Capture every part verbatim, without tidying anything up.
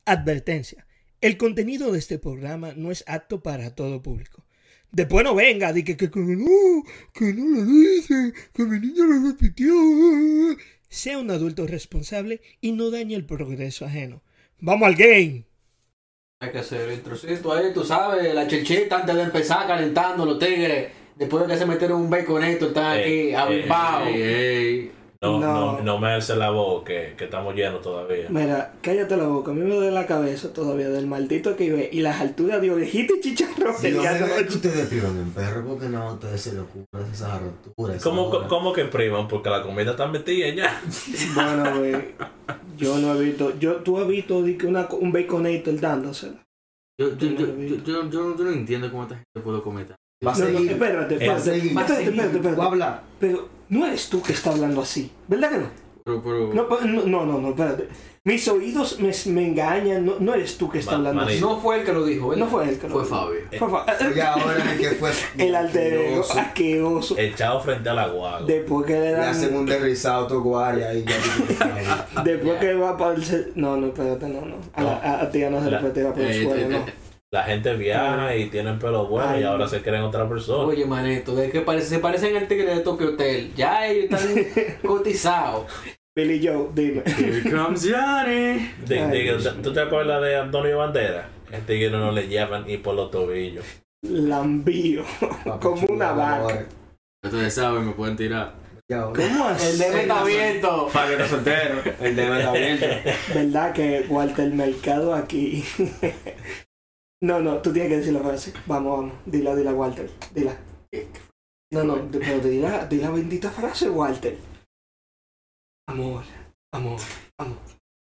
Advertencia. El contenido de este programa no es apto para todo público. Después no venga, di que, que, que no, que no lo dice, que mi niña lo repitió. Sea un adulto responsable y no dañe el progreso ajeno. ¡Vamos al game! Hay que hacer el trocito ahí, tú sabes, la chelchita antes de empezar calentando los tigres. Después de que se metieron un baconito, están aquí, abimbao. No, no, no, no me alce la voz, que, que estamos llenos todavía. Mira, cállate la boca, a mí me duele la cabeza todavía del maldito que iba y las alturas de ovejita y chicharrón. Si no me que ustedes privan en perro, porque no a ustedes se les ocurren esas roturas. ¿Cómo, ¿Cómo que privan? Porque la comida está metida ya. Bueno, güey, yo no he visto, yo, tú has visto que una, un baconator dándosela. Yo, yo, yo, yo, yo, yo, yo no entiendo cómo esta gente puede comer. Va a No, no, seguir. espérate, espérate, Va a seguir. espérate, espérate, espérate. Va a hablar. Pero no eres tú que está hablando así, ¿verdad que no? Pero, pero... No, pa- no, no, no, no, espérate. Mis oídos me, me engañan, no, no eres tú que está Ma- hablando así. No fue él que lo dijo, ¿verdad? No fue él que lo Fue dijo. Fabio. Fue Fa- Y ahora es que fue. El alter ego, asqueroso. asqueroso. Echado frente a la guagua. Después que le Le dan... hacen un derrizado otro guardia y ya. Después que va para el... ce- No, no, espérate, no, no. A, No. a, a ti ya no se le La- puede tirar por el Eh, suelo, eh, no. eh, La gente viaja y tienen pelo bueno Ay, y ahora no. se creen otra persona. Oye, manito, de que parece, se parecen al tigre de Tokyo Hotel. Ya ellos están cotizados. Billy Joe, dime. Here comes Johnny. Di- Ay, di- Dios. ¿Tú te acuerdas de Antonio Banderas? El tigre no le llevan ni por los tobillos. Lambío. Como una vaca. Ustedes saben, me pueden tirar. ¿Cómo así? El debe está abierto. Fabio está soltero. El debe está abierto. ¿Verdad que Walter Mercado aquí? No, no, tú tienes que decir la frase. Vamos, vamos. Dila, dila, Walter. Dila. No, no, pero dila, dila bendita frase, Walter. Amor, amor, amor.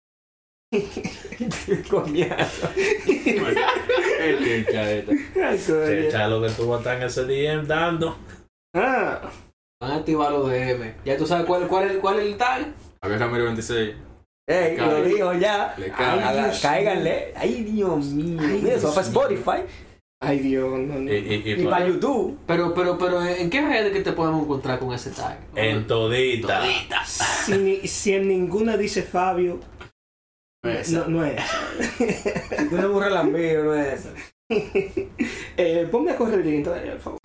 Coñazo. Qué chaveta. Ay, Se coño. echa lo que tú vas a estar en ese D M dando. Ah, Van a activar los D M. Ya tú sabes cuál, cuál, es- cuál es el tag. Javier Ramiro veintiséis. Ey, Cae. lo dijo ya. Le Ay, cae. Dios cáiganle. Ay, Dios mío. Ay, Mira, eso va para Dios mío. Spotify ay, Dios, no, no. Y, y, y y pa- para YouTube. Pero, pero, pero, ¿en qué redes que te podemos encontrar con ese tag? en todita. Si, ni- si en ninguna dice Fabio, no, no es. Si tú le burras la mío, no es eso. eh, ponme a correr bien todavía, por favor.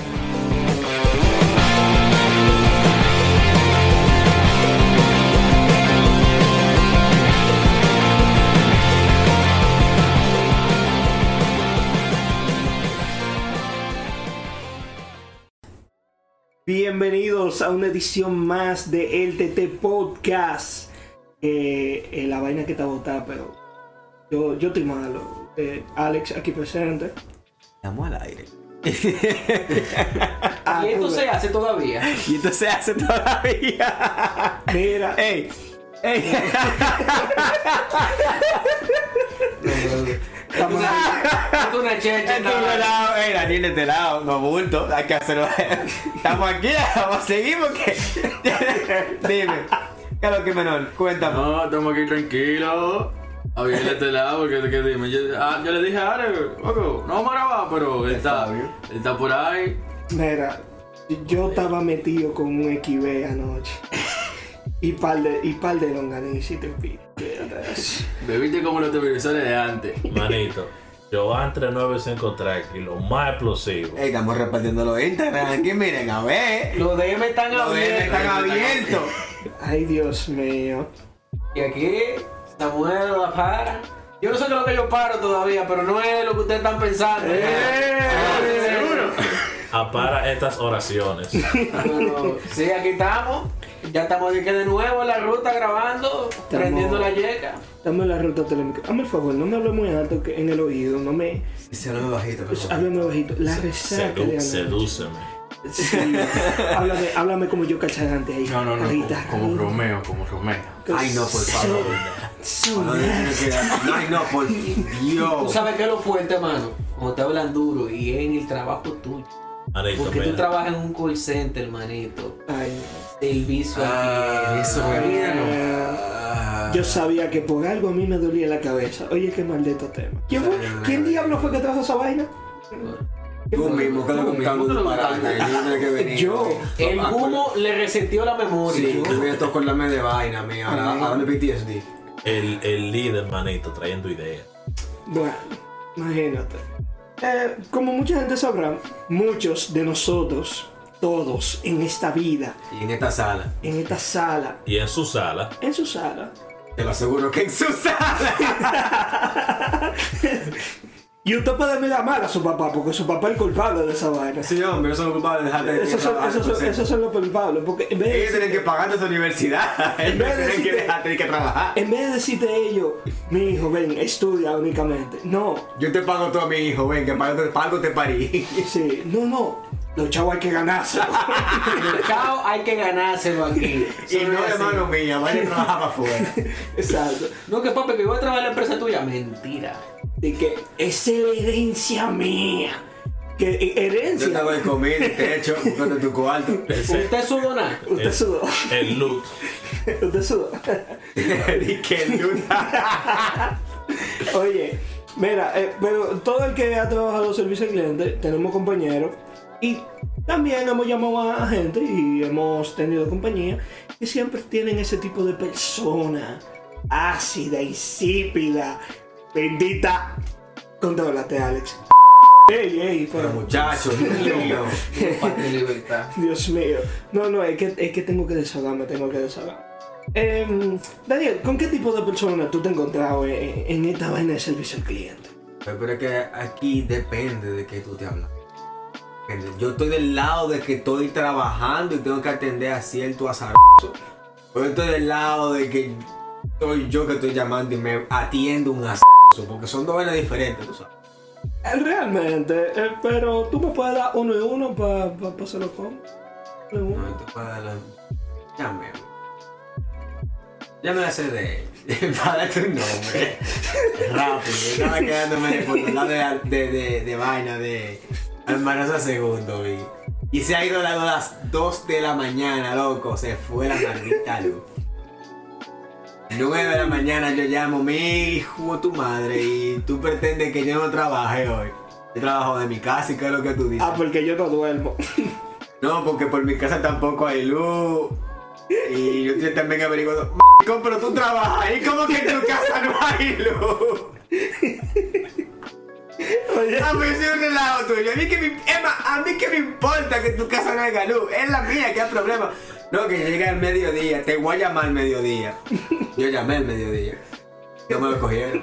Bienvenidos a una edición más de El T T Podcast. Eh, eh, la vaina que está botada, pero yo, yo estoy malo. Eh, Alex aquí presente. Estamos al aire. Ah, Y esto tú se ves. hace todavía. Y esto se hace todavía. Mira, Ey, ey. Esto es una, esto es una checha. Este lado, ey, Daniel de este lado, no bulto, hay que hacerlo. Estamos aquí, vamos a seguir porque. Dime, ¿qué es lo que menor? Cuéntame. No, estamos aquí tranquilos. Javier de este lado, porque que dime. Yo, ah, yo le dije a Ale, loco, no vamos a grabar, pero él está, Fabio. él está por ahí. mira, yo estaba metido con un X B anoche. Y par de, y par de longaniza y te pido. Bebiste como los televisores de antes. Manito. Joan tres nueve cinco tres y lo más explosivo. Ey, estamos repartiendo los Instagram aquí, miren, a ver. Los D M están Los D M abiertos. están abiertos. Ay, Dios mío. Y aquí, Samuel la para. Yo no sé qué es lo que yo paro todavía, pero no es lo que ustedes están pensando. Ah, ¿Seguro? Apara estas oraciones. Pero, sí, aquí estamos. Ya estamos de, que de nuevo en la ruta grabando, prendiendo la yeca. Dame la ruta telefónica. Hazme el favor, no me hables muy alto que en el oído. No me. Se lo bajito, por favor. Háblame bajito. La resaca de Sedu- anoche. sedúceme. Sí. háblame, háblame como yo cachagante ahí. No, no, no, Ahorita. como, como Romeo, como Romeo. Ay, no, por favor. So No, no, no, no, Ay, no, por Tú Dios. sabes que es lo fuerte, mano. Cuando te hablan duro y es en el trabajo tuyo. Manito, Porque tú mira. trabajas en un call center, manito. Ay, Servicio al Ah, cliente. eso no. olvídalo. Eh, Yo sabía que por algo a mí me dolía la cabeza. Oye, qué maldito tema. ¿Quién fue? ¿Quién diablo fue que trajo esa vaina? Tú mismo, que lo contamos de parate. Yo tenía que venir. Yo. El humo le resetió la memoria. Sí, yo me tocó con la media de vaina, mía. Ahora, ahora me P T S D. el, el líder, manito, trayendo ideas. Bueno, imagínate. Eh, como mucha gente sabrá, muchos de nosotros, todos en esta vida, Y en esta sala. en esta sala, Y en su sala, en su sala, Te lo aseguro que en su sala. y usted puede mirar mal a su papá, porque su papá es el culpable de esa vaina. Sí, hombre, eso es culpable de dejarte de Esos son, esos son, esos son los culpables, porque en vez de Ellos tienen que decirte- pagar su universidad. En Ellos vez de tienen que decirte- dejarte de que trabajar. en vez de decirte ellos, mi hijo, ven, estudia únicamente. No, Yo te pago todo a mi hijo, ven, que pago, pago te parí. sí, no, no. Los chavos hay que ganarse. Chao, hay que ganárselo aquí. Y Eso no es de así. mano mía, vaya a trabajar para afuera. Exacto. No, que papi, que voy a trabajar en la empresa tuya. Mentira. De que esa es la herencia mía. Que eh, Yo herencia. te doy comida y techo, buscando tu cuarto. ese, ¿Usted sudó nada? Usted el, sudó. el loot. Usted sudó. Y que duda. Oye, mira, eh, pero todo el que ha trabajado servicio al cliente, tenemos compañeros y también hemos llamado a gente y hemos tenido compañía que siempre tienen ese tipo de persona ácida, insípida, bendita. Contrólate, Alex. Ey, ey, Pero pero, muchachos, Dios mío. Parte de libertad. Dios mío. No, no, es que, es que tengo que desahogarme, tengo que desahogarme. Eh, Daniel, ¿con qué tipo de persona tú te has encontrado en, en esta vaina de servicio al cliente? Pero es que aquí depende de que tú te hablas. Depende. Yo estoy del lado de que estoy trabajando y tengo que atender a cierto azaroso. Yo estoy del lado de que soy yo que estoy llamando y me atiendo un azaroso. Porque son dos vainas diferentes, tú sabes. Eh, Realmente, eh, pero tú me puedes dar uno y uno para pa, pa hacerlo con. Uno y No, uno. esto para la... Llame. Ya me la sé de él. Para dar tu nombre. Rápido. Yo estaba quedándome por el lado de, de, de, de vaina de Hermanosa Segundo, vi. Y se ha ido a las dos de la mañana, loco. Se fue la maldita luz. nueve de la mañana yo llamo, mi hijo tu madre, y tú pretendes que yo no trabaje hoy. Yo trabajo de mi casa y qué es lo que tú dices. Ah, porque yo no duermo. No, porque por mi casa tampoco hay luz. Y yo estoy también averiguando, "M***, pero tú trabajas y como que en tu casa no hay luz. Oye, A mí es un relajo tuyo. A mí que me, Emma, a mí que me importa que en tu casa no haya luz. Es la mía que hay problema. No, que llega el mediodía. Te voy a llamar al mediodía. Yo llamé al mediodía. No me lo cogieron.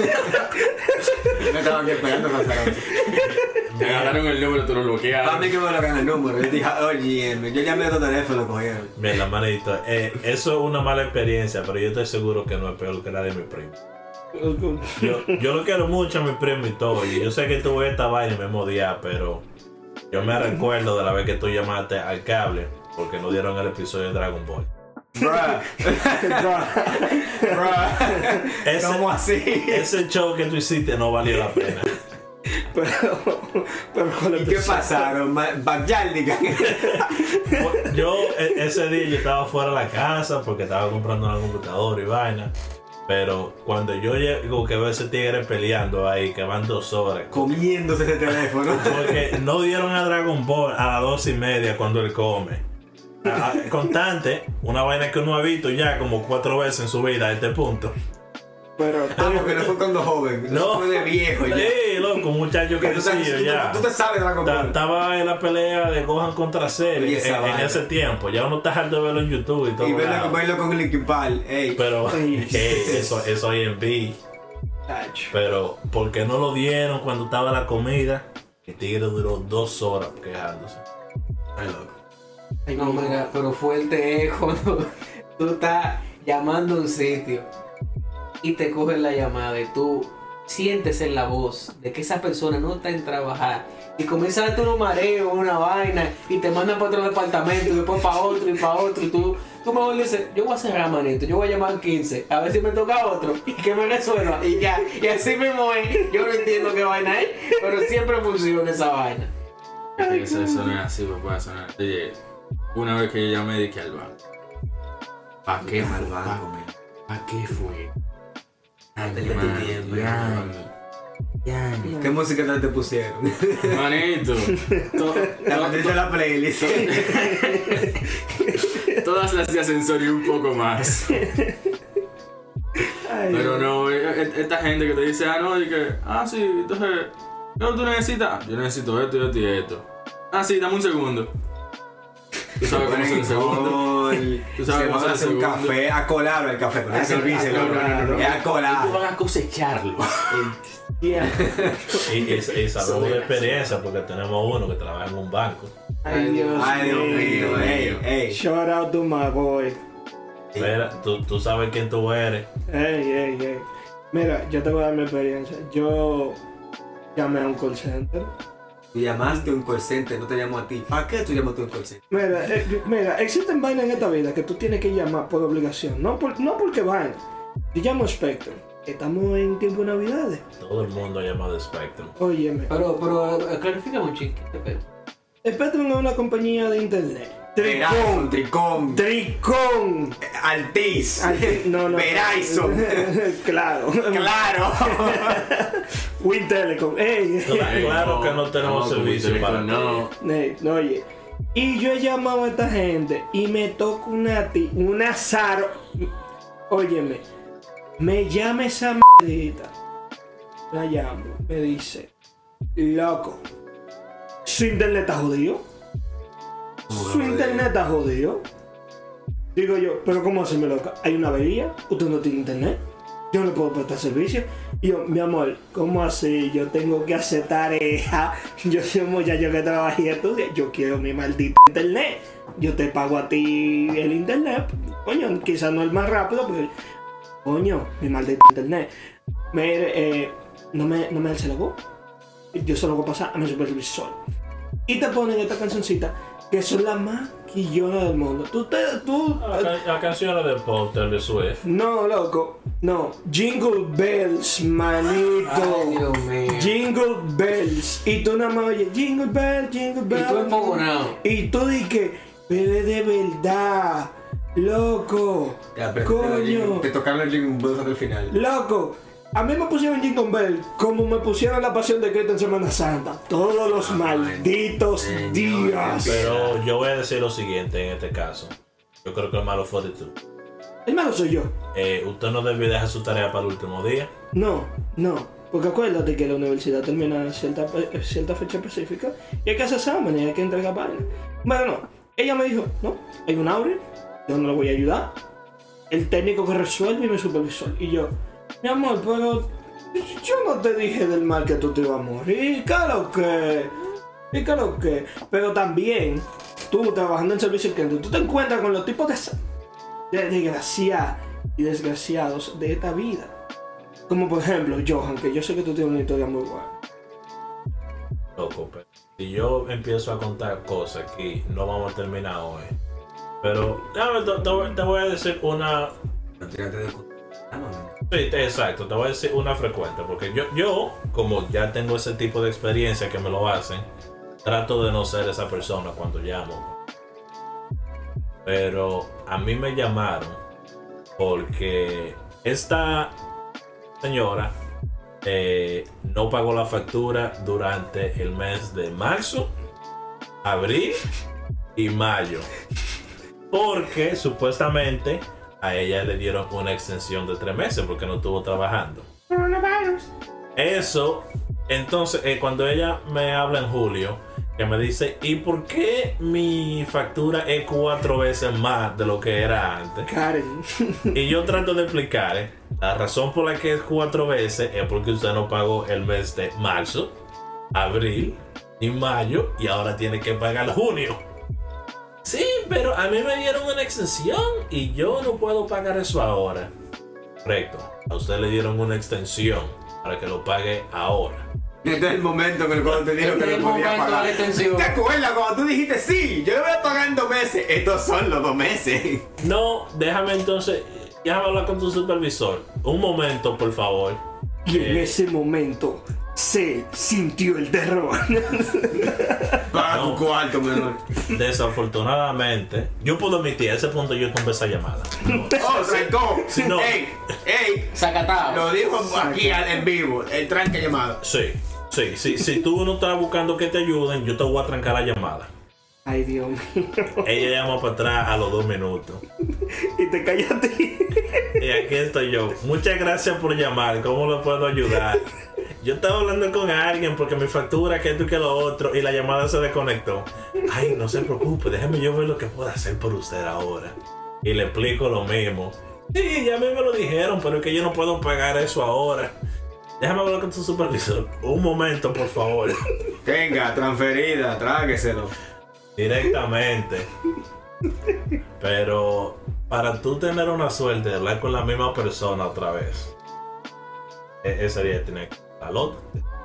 Me estaban aquí esperando para hacer once. Te agarraron el número, tú lo Para bloquearon. mí que me bloquean el número. Yo dije, oye, M, yo llamé a otro teléfono, lo cogieron. Mira, manito, eh, eso es una mala experiencia, pero yo estoy seguro que no es peor que la de mi primo. Yo, yo lo quiero mucho a mi primo y todo, y yo sé que tú ves esta vaina y me modía, pero yo me recuerdo de la vez que tú llamaste al cable porque no dieron el episodio de Dragon Ball. Bruh. Bruh. Ese, ¿Cómo así? ese show que tú hiciste no valió la pena. pero, pero con el ¿Y qué pasaron? Ma- Backyardigans. Yo e- ese día yo estaba fuera de la casa porque estaba comprando una computadora y vaina. Pero cuando yo llego que veo ese tigre peleando ahí, que van dos horas. Comiéndose ese teléfono. Porque no dieron a Dragon Ball a las dos y media cuando él come. A- a- Constante, una vaina que uno ha visto ya como cuatro veces en su vida a este punto. Pero, Ah, porque no fue cuando joven. No. No fue de viejo ya. Sí, loco, un muchacho Que tú, sabes- crecido tú- ya. tú te sabes Dragon Ta- Ball. Estaba en la pelea de Gohan contra Cell Y en, esa en- en vaina. ese tiempo. Ya uno está harto de verlo en YouTube y todo. Y verlo, lado. verlo con Linkin Park. Ey. Pero Ay. eh, eso, eso hoy en vi. Tacho. Pero ¿por qué no lo dieron cuando estaba la comida? El tigre duró dos horas quejándose. Ay, loco. Ay, No, mi mira, hijo. pero fuerte es cuando tú estás llamando a un sitio y te cogen la llamada y tú sientes en la voz de que esa persona no está en trabajar y comienza a darte unos mareos, una vaina y te mandan para otro departamento y después para otro y para otro y tú, tú mejor dices, yo voy a cerrar, manito, yo voy a llamar quince a ver si me toca otro y que me resuelva y ya, y así mismo es, yo no entiendo qué vaina es, pero siempre funciona esa vaina. Eso, eso no es así, pues puede sonar. Oye, una vez que yo llamé dije al banco. ¿Para qué Llama al fue? banco, man. ¿Para qué fue? Ay, Dale tu man, tiempo, ya. ¿Qué música tal te pusieron? Manito, to- La to- metiste en la playlist. todas las de ascensor y un poco más. Ay, Pero no, e- e- esta gente que te dice, ah, no, y que, ah, sí, entonces, ¿qué tú necesitas? Yo necesito esto, esto y esto. Ah, sí, dame un segundo. Tú sabes cómo se el segundo. Tú sabes Se cómo van se a el hacer un segundo. café, a colarlo el café, no es servicio, no, no, no, no. es a Y tú colar. vas a cosecharlo. yeah. Y, y, y sabemos de experiencia porque tenemos uno que trabaja en un banco. Ay, Dios Ay, Dios mío. mío, ey, ey. Shout out to my boy. Mira, tú, tú sabes quién tú eres. Ey, ey, ey. Mira, yo te voy a dar mi experiencia. Yo llamé a un call center. Tú llamaste a un call center, no te llamó a ti. ¿Para qué tú llamaste a un call center? Mira, eh, mira, existen vainas en esta vida que tú tienes que llamar por obligación, no, por, no porque vaina. Yo llamo a Spectrum. Estamos en tiempo de Navidades. Todo el mundo ha llamado Spectrum. Óyeme. Pero, pero, eh, clarifícame un chico. Spectrum es una compañía de internet. Verizon, Tricón. Tricom, Tricón. Altiz, Alti- No, no. Verizon. Claro. Claro. Win Telecom. Ey. Claro, claro que no tenemos como servicio Telecom, para no. Ey, no, oye. Y yo he llamado a esta gente y me toca una ti, un azar. Óyeme, me llama esa maldita. La llamo, me dice, loco, su internet está jodido. Su internet está jodido. Digo yo, pero ¿cómo así, me loca? Hay una avería, usted no tiene internet, yo no le puedo prestar servicio. Y yo, mi amor, ¿cómo así? Yo tengo que hacer tarea. Yo soy un muchacho que trabaja y estudia. Yo quiero mi maldito internet. Yo te pago a ti el internet. Coño, quizás no el más rápido, pero coño, mi maldito internet. Mire, eh, no me, no me alce la voz. Yo solo voy a pasar a mi supervisor. Y te ponen esta cancioncita que son las más quillonas del mundo. Tú te, tú. La, ca- la canción de Pop de Swift. No, loco. No. Jingle Bells, manito. Ay, Dios mío. Jingle Bells. Y tú nada más oyes Jingle Bells, Jingle Y Bells. tú empogonado. Y tú dices, pero es de verdad. Loco. Ya, pero Coño. te tocaron el jingle bells hasta el final. Loco. A mí me pusieron Jingle Bell como me pusieron la Pasión de Cristo en Semana Santa. Todos los malditos Señor, días. Pero yo voy a decir lo siguiente en este caso. Yo creo que el malo fue de tú. El malo soy yo. Eh, usted no debe dejar su tarea para el último día. No, no. Porque acuérdate que la universidad termina a cierta, eh, cierta fecha específica y hay que hacer exámenes y hay que entregar páginas. Bueno, no. Ella me dijo, no, hay un abre, yo no le voy a ayudar. El técnico que resuelve y mi supervisor. Y yo, mi amor, pero yo no te dije del mal que tú te ibas a morir. ¿Qué lo que? ¿Y qué lo que? Pero también, tú trabajando en servicio al cliente, tú te encuentras con los tipos de, de desgraciados y desgraciados de esta vida. Como por ejemplo, Johan, que yo sé que tú tienes una historia muy buena. Loco, pero si yo empiezo a contar cosas aquí, no vamos a terminar hoy. Pero déjame, te, te voy- te voy a decir una. Tírate de cu- Ah, no, no. Sí, te- exacto, te voy a decir una frecuente. Porque yo, yo, como ya tengo ese tipo de experiencia que me lo hacen, trato de no ser esa persona cuando llamo. Pero a mí me llamaron porque esta señora eh, no pagó la factura durante el mes de marzo, abril y mayo. Porque supuestamente a ella le dieron una extensión de tres meses porque no estuvo trabajando. Eso, entonces, eh, cuando ella me habla en julio, que me dice, ¿y por qué mi factura es cuatro veces más de lo que era antes? Karen. Y yo trato de explicar, eh, la razón por la que es cuatro veces es porque usted no pagó el mes de marzo, abril y mayo y ahora tiene que pagar junio. Sí, pero a mí me dieron una extensión y yo no puedo pagar eso ahora. Correcto, a usted le dieron una extensión para que lo pague ahora. Este es el momento en el cual te dijeron que Este es lo el podía momento de la pagar. extensión. ¿Te acuerdas cuando tú dijiste sí? Yo lo voy a pagar en dos meses. Estos son los dos meses. No, déjame entonces, déjame hablar con tu supervisor. Un momento, por favor. Y en Eh, ese momento se sintió el terror. Paga No. tu cuarto, menor. Desafortunadamente, yo puedo admitir, a ese punto yo tumbé esa llamada. No, Oh, trancó. Sí, no. Ey, ey. Sacatado. Lo dijo aquí al- en vivo. El tranque llamado. Sí, sí, sí. Si tú no estás buscando que te ayuden, yo te voy a trancar la llamada. Ay, Dios mío. Ella llamó para atrás a los dos minutos. Y te callaste. Y aquí estoy yo. Muchas gracias por llamar. ¿Cómo le puedo ayudar? Yo estaba hablando con alguien porque mi factura, que esto y que lo otro, y la llamada se desconectó. Ay, no se preocupe, déjeme yo ver lo que puedo hacer por usted ahora. Y le explico lo mismo. Sí, ya a mí me lo dijeron, pero es que yo no puedo pagar eso ahora. Déjame hablar con tu supervisor. Un momento, por favor. Tenga, transferida, trágueselo. Directamente. Pero para tú tener una suerte de hablar con la misma persona otra vez, e- ese día tiene que estar loco.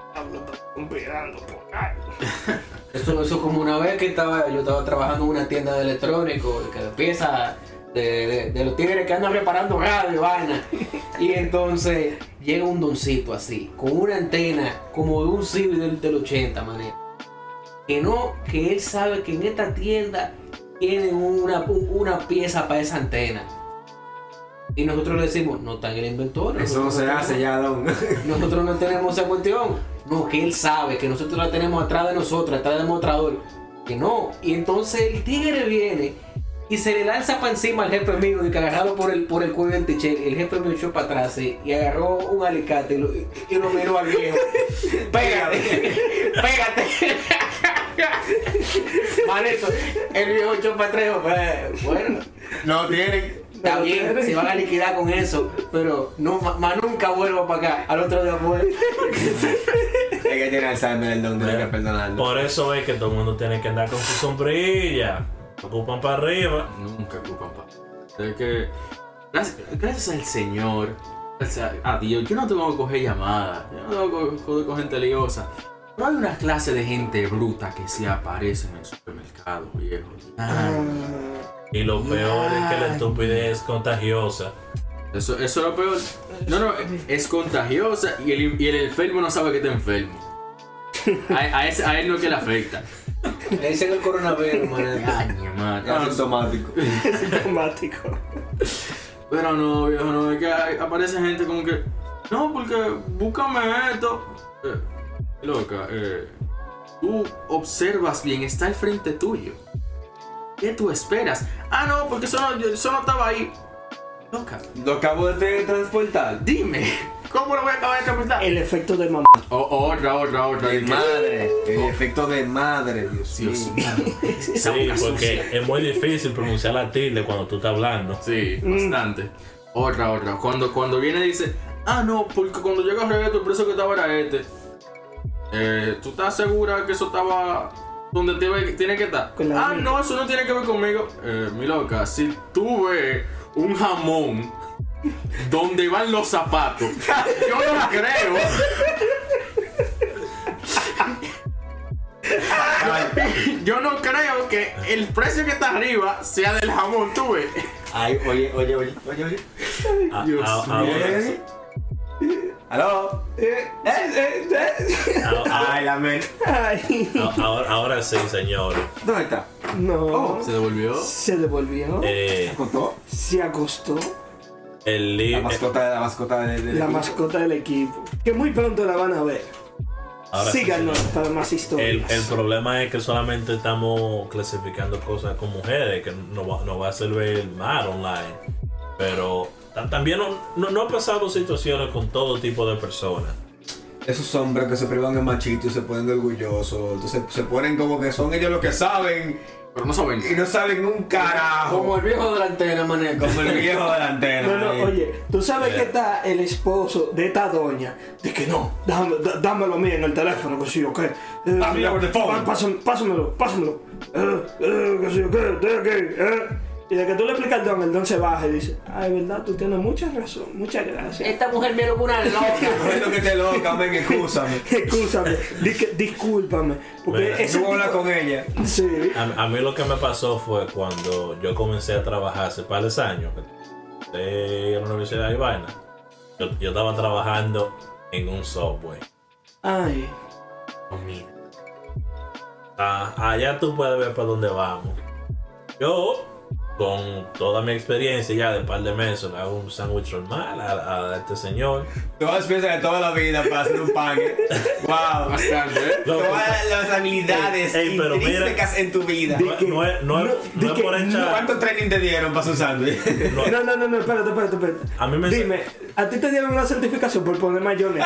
Eso, eso como una vez que estaba, yo estaba trabajando en una tienda de electrónicos, que de piezas de, de, de los tigres que andan reparando radio y vaina. Y entonces llega un doncito así, con una antena como de un Civic del, del ochenta, manera. Que no, que él sabe que en esta tienda tienen una, una pieza para esa antena. Y nosotros le decimos, no está en el inventario. Eso no se hace ya, don. Nosotros no tenemos esa cuestión. No, que él sabe que nosotros la tenemos atrás de nosotros, atrás del mostrador. Que no. Y entonces el tigre viene y se le lanza para encima al jefe mío, y que agarrado por el, por el cuello del tichel. El jefe me echó para atrás ¿sí? Y agarró un alicate y lo, y lo miró al viejo. Pégate, pégate. Manito, el viejo echó para atrás. Pues, bueno, No tienen. está bien, se van a liquidar con eso, pero no, más nunca vuelvo para acá. Al otro día fue. Es que tiene Alzheimer, el don, tiene que perdonarlo. Por eso es que todo el mundo tiene que andar con su sombrilla. Ocupan para arriba. Nunca ocupan pa. Es que. Gracias, gracias al Señor. Gracias a Dios. Yo no tengo que coger llamadas. Yo no tengo que joder con gente liosa. Pero hay una clase de gente bruta que se aparece en el supermercado, viejo. Ay, Y lo peor es que la estupidez es contagiosa. eso, eso es lo peor. No, no, es contagiosa y el, y el enfermo no sabe que está enfermo. A, a, ese, a él no es que le afecta. Le dicen el coronavirus, man. Ay, man. Es asintomático. Sintomático. Pero no, viejo, no, es que hay- aparece gente como que, no, porque búscame esto. Eh, loca, eh, tú observas bien, está al frente tuyo. ¿Qué tú esperas? Ah, no, porque eso no, yo- eso no estaba ahí. Loca, Lo acabo de transportar. dime, ¿cómo lo voy a acabar de transportar? El efecto de mamá. O- otra, otra, otra. De y que- madre. El Oh. efecto de madre, Dios Dios mío. mío. Esa Sí, boca porque sucia. es muy difícil pronunciar la tilde cuando tú estás hablando. Sí, bastante. Otra, otra. Cuando, cuando viene dice, ah, no, porque cuando llega a Rebeto el precio que estaba era este. Eh, ¿Tú estás segura que eso estaba donde te- tiene que estar? Con la Ah, única. no, eso no tiene que ver conmigo. Eh, mi loca, si tú ves un jamón donde van los zapatos, yo no creo. Yo no creo que el precio que está arriba sea del jamón, tú ves. Ay, oye, oye, oye, oye, oye. A- Dios a- mío. ahora, ¿Aló? Eh, eh, eh, a- a- Ay, la men. Ay, a- ahora, ahora sí, señores. ¿Dónde está? no. Se devolvió. Se devolvió. Eh, ¿Contó? Se acostó. el La libro. mascota, la mascota de, de La mascota del equipo. Que muy pronto la van a ver. Ahora sí, Síganos señor. para más El, historias. el problema es que solamente estamos clasificando cosas con mujeres, que no va, no va a servir mal online. Pero ta- también no, no, no ha pasado situaciones con todo tipo de personas. Esos hombres que se privan en machito y se ponen orgullosos. Entonces se ponen como que son ellos los que saben Pero no saben. y no saben un carajo. Como el viejo de la antena, maneco. Como el viejo de la antena. No, no, ahí. oye, tú sabes Eh. que está el esposo de esta doña. De que no, dámelo, dá- dámelo a mí en el teléfono, que sí, ok. Eh, Dame mira, over the phone. pá- pásam- pásamelo, pásamelo. Eh, eh, que sí, ok, estoy aquí, eh. Y de que tú le explicas al don, el don se baja y dice, ay, verdad, tú tienes mucha razón, muchas gracias. Esta mujer me lo una loca. Bueno, que te loca, men, excúsame. Escúchame, di que- discúlpame. Porque Mira, ese No voy a hablar tipo- con ella. Sí. A, a mí lo que me pasó fue cuando yo comencé a trabajar hace par de años, que de la universidad y vaina. Yo, yo estaba trabajando en un software. Ay, Ah, allá tú puedes ver para dónde vamos. Yo con toda mi experiencia ya de par de meses, le hago un sándwich normal a, a este señor. Todas piensas de toda la vida para hacer un pan. ¿eh? Wow. Bastante, ¿eh? Loco, Todas las habilidades Ey, ey, pero mira, intrínsecas en tu vida. no, no es, no, es- no, no es di por que echar. ¿Cuánto training te dieron para su sándwich? no, No, no, no, no, espérate, espérate, espérate. a mí me Dime, ¿a ti te dieron una certificación por poner mayonesa?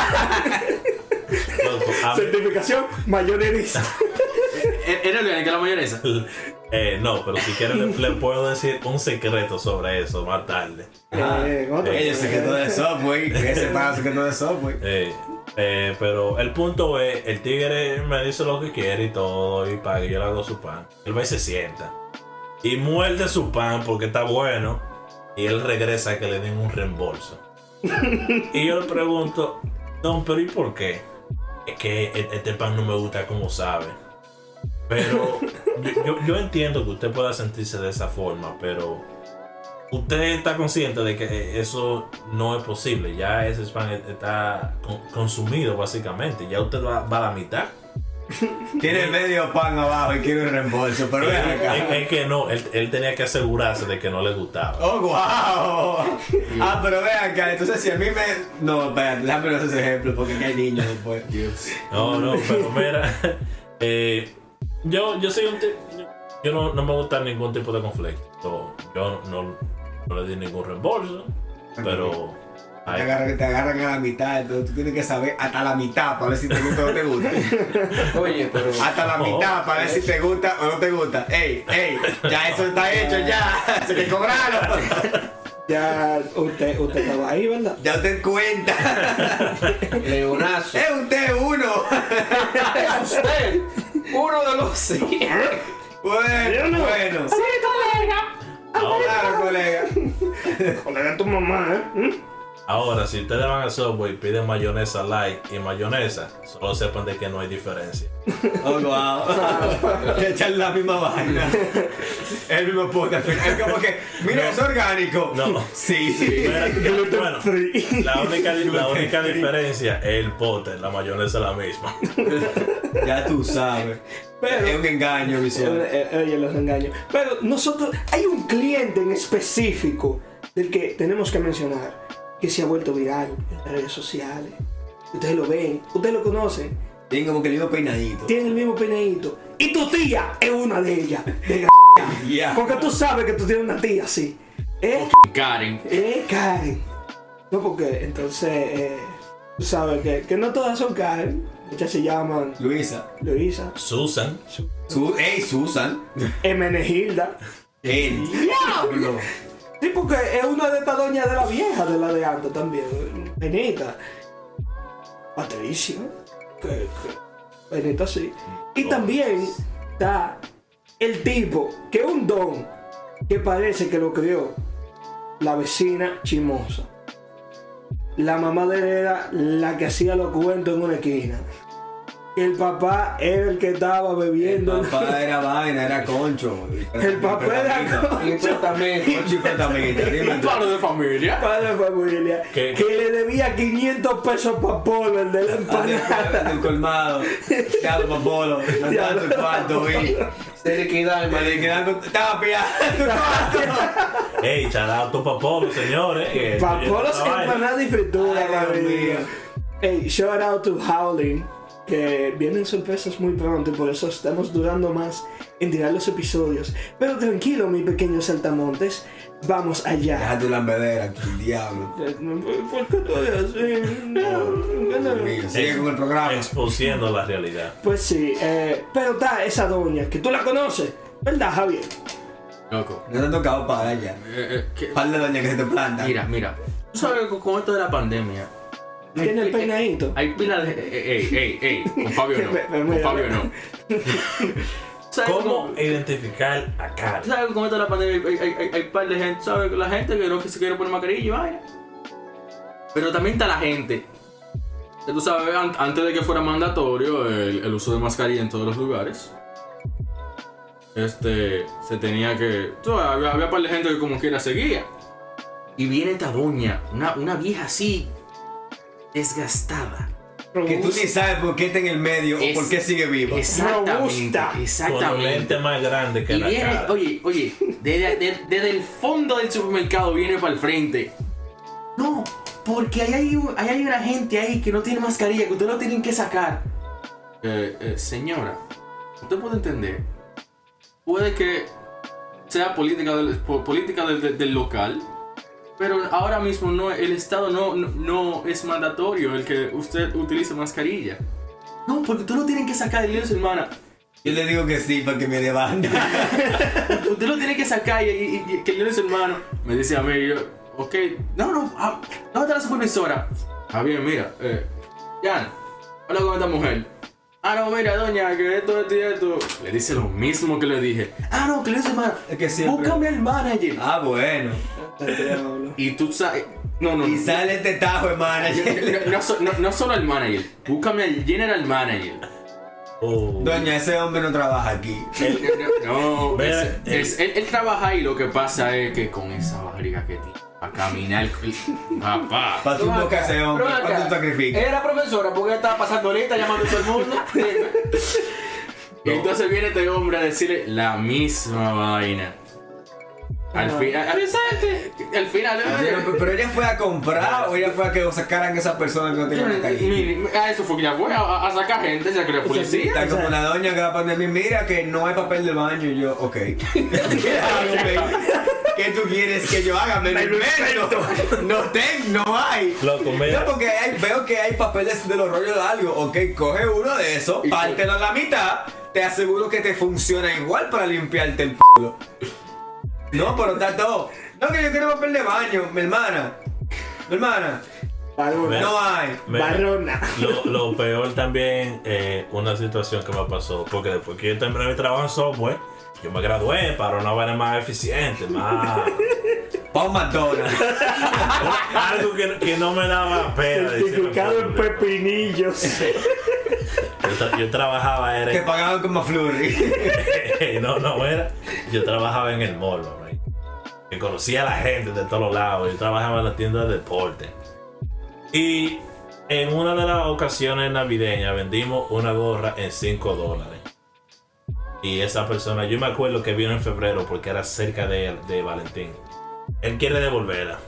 loco, a mí- Certificación mayonesa. ¿Era orgánica que la mayonesa? eh, no, pero si quieres le, le puedo decir un secreto sobre eso más tarde. Eh, otro. Ellos se quedó de software. Ese pan se quedó de software. Eh, eh, pero el punto es, el tigre me dice lo que quiere y todo, y para que yo le hago su pan. Él va y se sienta. Y muerde su pan porque está bueno. Y él regresa a que le den un reembolso. Y yo le pregunto, Don, pero ¿y por qué? Es que e- este pan no me gusta como sabe. Pero yo, yo, yo entiendo que usted pueda sentirse de esa forma, pero usted está consciente de que eso no es posible. Ya ese pan está con- consumido básicamente. Ya usted va, va a la mitad. Tiene medio pan abajo y quiere un reembolso. Pero ven acá. Es, es que no, él, él tenía que asegurarse de que no le gustaba. ¡Oh, wow! Ah, pero ve acá, entonces si a mí me... No, espérate, déjame ver ese ejemplo porque aquí hay niños después. Dios. No, no, pero mira, eh, yo, yo soy un tipo, yo no, no me gusta ningún tipo de conflicto. Yo no, no le di ningún reembolso, pero Te ay, agarran, te agarran a la mitad, entonces tú tienes que saber hasta la mitad para ver si te gusta o no te gusta. Oye, pero. Hasta la mitad para ver si te gusta o no te gusta. ¡Ey, ey! Ya eso está hecho, ya. Se te cobraron. Ya usted, usted estaba ahí, ¿verdad? Ya usted cuenta. Leonazo. Es un T uno. Es usted. Uno de los sí. Bueno, bueno. Sí, colega. Claro, colega. Colega tu mamá, ¿eh? ahora si ustedes van al Subway y piden mayonesa light y mayonesa, solo sepan de que no hay diferencia. Oh, wow. Que echan la misma vaina. El mismo puta. Es como que, mira, No. es orgánico. No. Sí, sí. Mira, bueno, Free. la única, la única diferencia es el pote, la mayonesa es la misma. Ya tú sabes. Pero- es un engaño visual. Eh, eh, Oye, los engaños. Pero nosotros, hay un cliente en específico del que tenemos que mencionar que se ha vuelto viral en las redes sociales. Ustedes lo ven, ustedes lo conocen, Tienen como que el mismo peinadito. tiene el mismo peinadito. Y tu tía es una de ellas. De Ya. Porque tú sabes que tú tienes una tía así. ¿Eh? Karen. Eh, Karen. No, porque entonces, eh, tú sabes que, que no todas son Karen. Muchas se llaman Luisa. Luisa, Susan, Su ey, Susan. Emenegilda. El diablo. Sí, porque es una de estas doñas de la vieja, de la de antes también. Benita. Patricia. Que, que, Benita sí. Y también está el tipo, que es un don, que parece que lo crió la vecina chimosa. La mamá de él era la que hacía los cuentos en una esquina. El papá era el que estaba bebiendo. El papá era vaina, era concho. El papá era Completamente. Concho y petamita, dime tú. Claro, de familia. padre de familia, ¿Qué? que le debía quinientos pesos para Polo, el de la empanada. Del colmado. Ya, papolo. Ya, tu cuarto, vi. Se liquida el Me le quedan con tapia. Tu cuarto. hey, charao tu papolo, señores. que esto ya Papolos, está vaina. empanadas y fritura, Ay, Dios madre mío. mía. Hey, shout out to Howling, que vienen sorpresas muy pronto y por eso estamos durando más en tirar los episodios. Pero tranquilo, mi pequeño saltamontes, vamos allá. Deja tu lambedera, el diablo. ¿Por qué tú eres así? No, no, no. Dios mío, sigue con el programa. Expusiendo la realidad. Pues sí, eh, pero está esa doña, que tú la conoces, ¿verdad, Javier? Loco. No te ha tocado para allá. Eh, eh, ¿qué? Par de doñas que se te plantan. Mira, mira. Tú sabes que con esto de la pandemia. Tiene el peinadito. Hay pila de. Ey, ey, ey. Con Fabio no. Me- me Con muero. Fabio no. ¿Sabes ¿Cómo identificar a Karen? ¿Sabes que con esto de la pandemia hay, hay, hay, hay par de gente? ¿Sabes? La gente que no que se quiere poner mascarilla y vaina. Pero también está la gente. Que tú sabes, an- antes de que fuera mandatorio el, el uso de mascarilla en todos los lugares. Este. Se tenía que. Tú sabes, había, había par de gente que como quiera seguía. Y viene esta doña, una, una vieja así. Desgastada. Que tú ni sabes por qué está en el medio Es- o por qué sigue viva. Exactamente, Robusta. Con los exactamente. lentes más grandes que Y la viene, cara. oye, oye, desde, de- desde el fondo del supermercado viene para el frente. No, porque ahí hay, un- ahí hay una gente ahí que no tiene mascarilla, que ustedes lo tienen que sacar. Eh, eh, señora, usted puede entender. Puede que sea política del, po- política del, del- del local, pero ahora mismo no, el Estado no, no, no es mandatorio el que usted utilice mascarilla. No, porque tú lo tienen que sacar, y le digo, hermana, Yo le digo que sí para que me demanda. usted lo tiene que sacar y, y- y que le dé su hermano. Me dice a mí, y yo, ok, no, no, ah, ¿dónde está la supervisora? Ah, bien, mira, eh, Jan, habla con esta mujer. Ah, no, mira, doña, que esto, esto y esto. Le dice lo mismo que le dije. Ah, no, que le dice, hermano, Es que siempre- búscame al manager. Ah, bueno. Y tú sabes, no, no, Y no. sale este tajo, hermana. No, no, so- no, no solo al manager, búscame al general manager. Oh. Doña, ese hombre no trabaja aquí. No, Mira, es- es- él, él trabaja ahí, lo que pasa es que con esa barriga que tiene, para caminar, el- papá. Para tu boca ese hombre, Pero para acá, tu sacrificio. Era profesora porque estaba pasando ahorita llamando a todo el mundo. Y entonces viene este hombre a decirle la misma vaina. Al final, al, al final, Pero, pero ella fue a comprar o ella fue a que sacaran a esas personas que no tenían mascarilla. a eso fue que ya fue a, a sacar gente, ya que la policía. Está como la doña que va a poner, mira que no hay papel de baño y yo, ok. ¿Qué tú quieres que yo haga? Me lo invento. No tengo, no hay. Loco, mira. No, porque hay- veo que hay papeles de los rollos de algo. Ok, coge uno de esos, Y- pártelo a la mitad. Te aseguro que te funciona igual para limpiarte el culo. No, pero está todo. No, que yo quiero papel de baño, mi hermana. Mi hermana. Mira. No hay. Mira, Barrona. Lo, lo peor también, eh, una situación que me pasó, porque después que yo terminé mi trabajo en software, yo me gradué para una vaina más eficiente, más... Pa' un McDonald's. algo que, que no me daba pena. decirlo Certificado en público. pepinillos. Yo, tra- yo trabajaba, era... Que pagaban con McFlurry. no, no era. Yo trabajaba en el mall, right? Que conocía a la gente de todos lados. Yo trabajaba en la tienda de deporte. Y en una de las ocasiones navideñas vendimos una gorra en cinco dólares. Y esa persona, yo me acuerdo que vino en febrero porque era cerca de, de Valentín. Él quiere devolverla.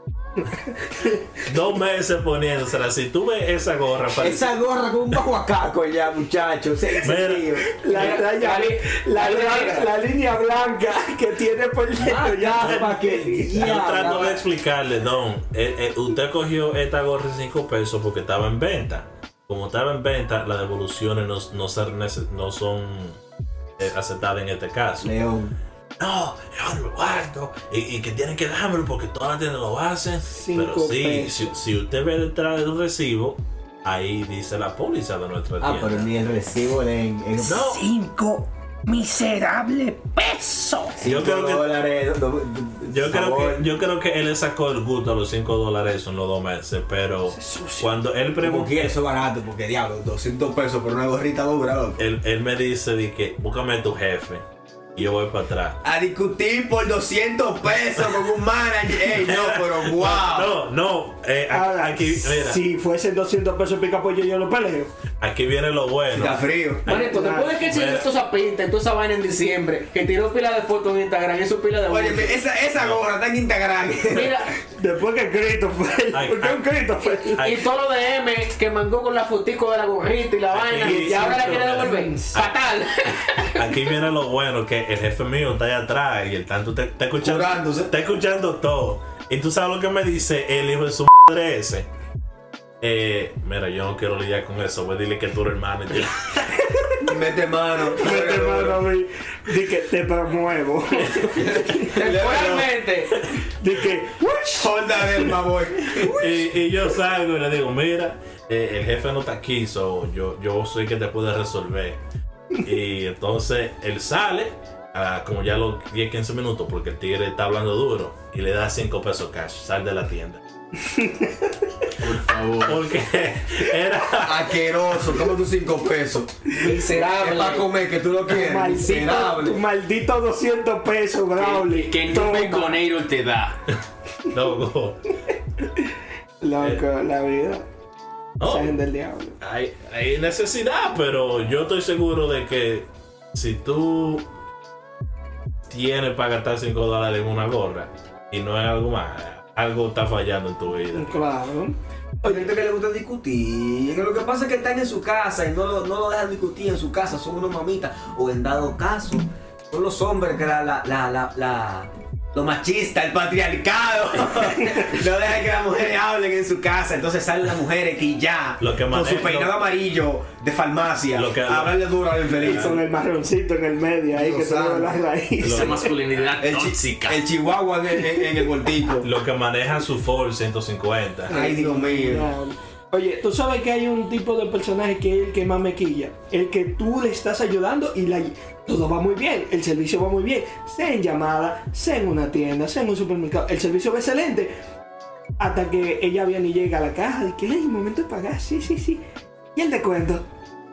Dos meses poniéndosela. Si tú ves esa gorra, parece- Esa gorra con un bajuacaco ya, muchachos. En Mira. serio. La, la, la, la, la- la línea blanca que tiene por dentro ya pa' que Yo trato diablo. de explicarle, Don. eh, eh, usted cogió esta gorra en cinco pesos porque estaba en venta. Como estaba en venta, las devoluciones no, no, ser nece- no son eh, aceptadas en este caso. León. No, es un cuarto. Y, y que tienen que dármelo porque todas las tiendas lo hacen. Cinco Pero sí, pesos. si, si usted ve detrás de un recibo, ahí dice la póliza de nuestra Ah, tienda. pero ni el recibo en, en No. cinco miserables pesos. Yo creo que- dólares. do- do- Yo creo, sabor. que, yo creo que él le sacó el gusto a los cinco dólares en los dos meses, pero cuando él Como preguntó, que eso es barato, porque diablo, doscientos pesos por una gorrita dura, loco. él, él me dice de que búscame a tu jefe y yo voy para atrás. A discutir por doscientos pesos con un manager. Ey, no, pero wow. No, no, eh, a- Ahora, aquí, mira, si fuesen doscientos pesos pica pollo, yo lo peleo. aquí viene lo bueno. Está frío. Manito, después de que él se hizo toda esa pinta y toda esa vaina en diciembre, que tiró pila de fotos en Instagram y su pila de Oye, bulto. esa, esa gorra está en Instagram. Mira, Después que Cristo fue. Ay, ¿Por qué ay. un Cristo fue? Ay. y todo lo de M que mangó con la fotico de la gorrita y la vaina, Aquí, y ahora la sí, quiere pero- devolver. Fatal. Aquí viene lo bueno, que el jefe mío está allá atrás y el tanto te- está escuchando, Curándose. está escuchando todo. Y tú sabes lo que me dice el hijo de su madre ese. Eh, mira, yo no quiero lidiar con eso, voy a decirle que tú eres el manager. Mete mano. Mete mano a mí. Di que te promuevo. Temporalmente. Di que. Honda del Maboy. y, y yo salgo y le digo, mira, eh, el jefe no está aquí, so yo, yo soy que te puede resolver. Y entonces él sale, ah, como ya los diez quince minutos, porque el tigre está hablando duro, y le da cinco pesos cash, sal de la tienda. Por favor. Porque era... Asqueroso, como tus cinco pesos. Es Miserable. para comer, que tú lo quieres. Maldito, tu Miserable. maldito doscientos pesos, Brauli. Que no Toma. Baconero te da. Loco. Loco, la vida. No, Esa gente del diablo. hay, hay necesidad, pero yo estoy seguro de que si tú tienes para gastar cinco dólares en una gorra y no es algo más, algo está fallando en tu vida. Claro. Hay gente que le gusta discutir. Que lo que pasa es que están en su casa y no lo, no lo dejan discutir en su casa. Son unos mamitas. O en dado caso, son los hombres que la, la, la, la, la lo machista, el patriarcado. No dejan que las mujeres hablen en su casa. Entonces salen las mujeres que ya, Lo que con maneja- su peinado lo- amarillo de farmacia, Lo que- a hablarle duro al infeliz. Con el marroncito en el medio ahí Dios que tenemos santo. las raíces. Esa masculinidad El, chi- tóxica. el chihuahua en, en- en el voltico. Lo que maneja su Ford ciento cincuenta. Ay, Dios mío. Diablo. Oye, tú sabes que hay un tipo de personaje que es el que más me quilla. El que tú le estás ayudando y la, todo va muy bien. El servicio va muy bien. Sea en llamada, sea en una tienda, sea en un supermercado. El servicio va excelente. Hasta que ella viene y llega a la caja y que, ay, momento de pagar. Sí, sí, sí. Y el descuento.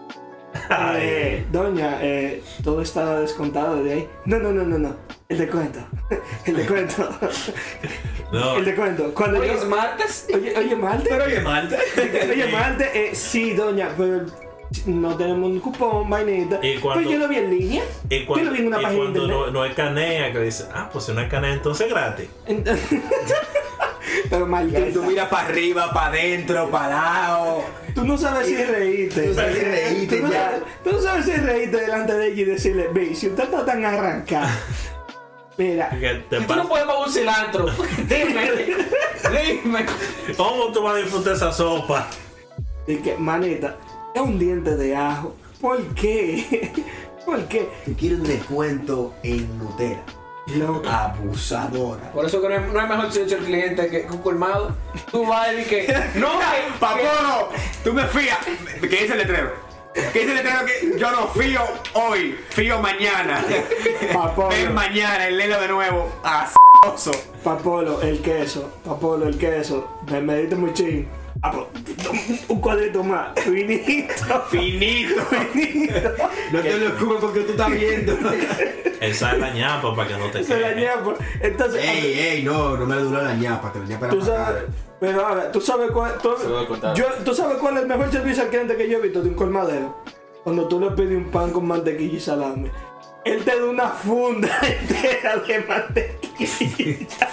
Eh, doña, eh, todo está descontado de ahí. No, no, no, no, no. El descuento. El descuento. No, El descuento. Cuando Hoy yo- es martes. Oye, oye, Malte. Pero oye, Malta. Oye, Malte, eh, sí, doña, pero no tenemos un cupón, vainita. Y cuando- Pero yo lo vi en línea. y cuando, yo lo vi en una y página de cuando internet. no, no escanea, que dice, ah, pues si no escanea, entonces gratis. Entonces- pero Y maldita. tú miras para arriba, para adentro, para lado. Tú no sabes si reírte. Tú sabes si reírte, Tú no ya. sabes- Tú no sabes si reírte delante de ella y decirle, ve, si usted está tan arrancado. Mira, Que te Y tú pasa- no puedes pagar un cilantro. Dime, dime. ¿Cómo tú vas a disfrutar esa sopa? y que, manita, es un diente de ajo. ¿Por qué? ¿Por qué? Tú quieres un descuento en Nutella. Loco. Abusadora. Por eso que no hay, no hay mejor servicio al cliente que un colmado. Tú vas y que. No, que- Papolo, tú me fías. ¿Qué dice el letrero? ¿Qué dice el letrero? Que yo no fío hoy, fío mañana. Papolo. Ven mañana, el lelo de nuevo. Asoso. Papolo, el queso. Papolo, el queso. Me medite muy ching. Ah, pues, un cuadrito más. Finito. Finito. No te lo escupes porque tú estás viendo. Esa es la ñapa para que no te Se la quede. ñapa. Entonces, Ey, ey, no, no me le duró la ñapa, que la ñapa era tú para sabes. Pero ahora, ¿tú sabes cuál, tú, Se lo voy a contar. yo, ¿tú sabes cuál es el mejor servicio al cliente que yo he visto de un colmadero? Cuando tú le pides un pan con mantequilla y salame. Él te da una funda entera de mantequilla.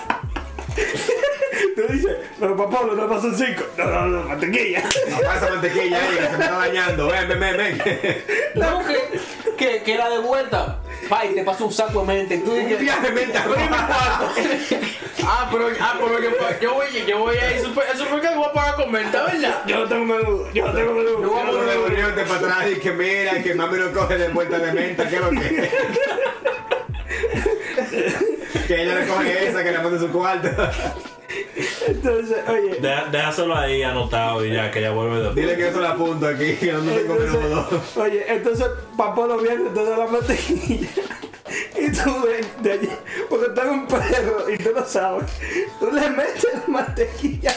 Tú dices, pero papá, no me son cinco. No, no, no, mantequilla. Papá, esa mantequilla ahí que se me está dañando. Ven, ven, ven, ven. No, que, que, que era de vuelta. Pa, y te pasó un saco de mente. Tú Un dices, día de menta. Ah, pero, ah, pero yo, yo voy, yo voy a ir super, al supermercado y voy a pagar con venta, ¿verdad? Yo no tengo menudo, yo no tengo menudo. Yo voy a Vamos a reunirte para atrás y que mira, que mami lo coge de vuelta de menta, ¿qué es lo que? Que ella le coge esa, que le mande su cuarto. Entonces, oye. Deja- Déjaselo ahí anotado y ya, que ya vuelve después. Dile que eso lo apunto aquí, que yo no tengo menudo. Entonces, oye, entonces papá lo viene te da la mantequilla. Y tú ven de allí, porque tú eres un perro y tú lo sabes. Tú le metes la mantequilla.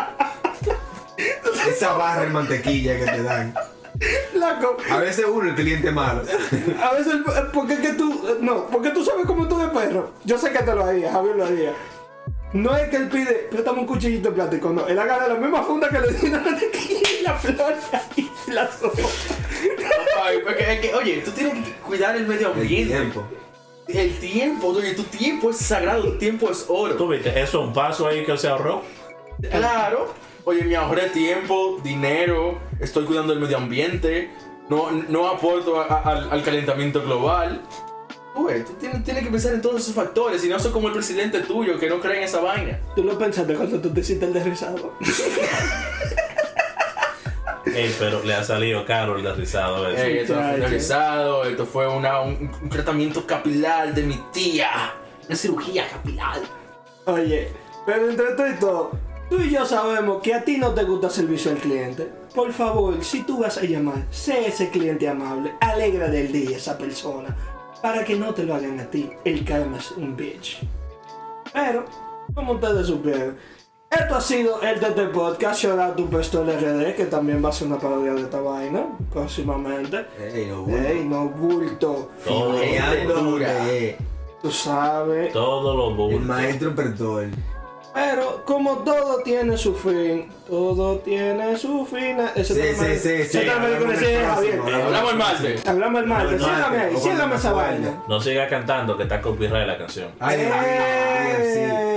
Esa barra de mantequilla que te dan. La co- A veces uno, el cliente malo. a veces, porque es que tú, no, porque tú sabes cómo tú eres perro. Yo sé que te lo haría, Javier lo haría. No es que él pide, préstame un cuchillito de plástico, no. Él agarra la misma funda que le dio la mantequilla y la flor y la sopa. Ay, porque es que, oye, tú tienes que cuidar el medio El ambiente. tiempo. El tiempo, oye, tu tiempo es sagrado, tu tiempo es oro. ¿Tú viste? Eso es un paso ahí que se ahorró. Claro. Oye, me ahorré tiempo, dinero, estoy cuidando el medio ambiente, no, no aporto a- a- al, al calentamiento global. Oye, tú tienes, tienes que pensar en todos esos factores y no soy como el presidente tuyo que no cree en esa vaina. Tú lo pensaste cuando tú te hiciste el desrizado. Ey, pero le ha salido caro el derrizado ese. Ey, esto no fue Muchacho. realizado, esto fue una, un, un tratamiento capilar de mi tía. una cirugía capilar. Oye, pero entre todo y todo, tú y yo sabemos que a ti no te gusta servicio al cliente. Por favor, si tú vas a llamar, sé ese cliente amable, alegra del día a esa persona, para que no te lo hagan a ti. El karma es un bitch. Pero, como ustedes supieron, esto ha sido el T T Podcast. Shout out to Pestol R D, que también va a ser una parodia de esta vaina próximamente. Ey, no, Ey, no bulto. Todo, Fileando, dura. eh, Tú sabes. todo lo el bultos. maestro perdón. Pero como todo tiene su fin, todo tiene su fin. Ese Sí, tema- sí, sí, sí. ese tema de Hablamos conocer el es Javier. próximo, Hablamos el martes. Hablamos el martes. Hablamos el Sígame ahí, martes, o sígame cuando esa me acuerde. vaina. No siga cantando que está copyright la canción. Ay, Dios mío, sí.